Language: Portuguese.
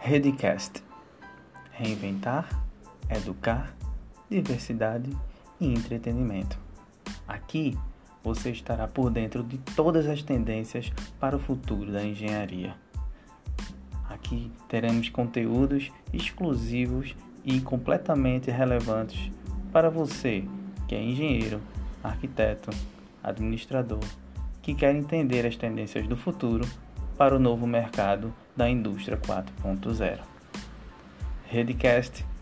Redcast. Reinventar, educar, diversidade e entretenimento. Aqui você estará por dentro de todas as tendências para o futuro da engenharia. Aqui teremos conteúdos exclusivos e completamente relevantes para você que é engenheiro, arquiteto, administrador, que quer entender as tendências do futuro para o novo mercado da indústria 4.0. Redcast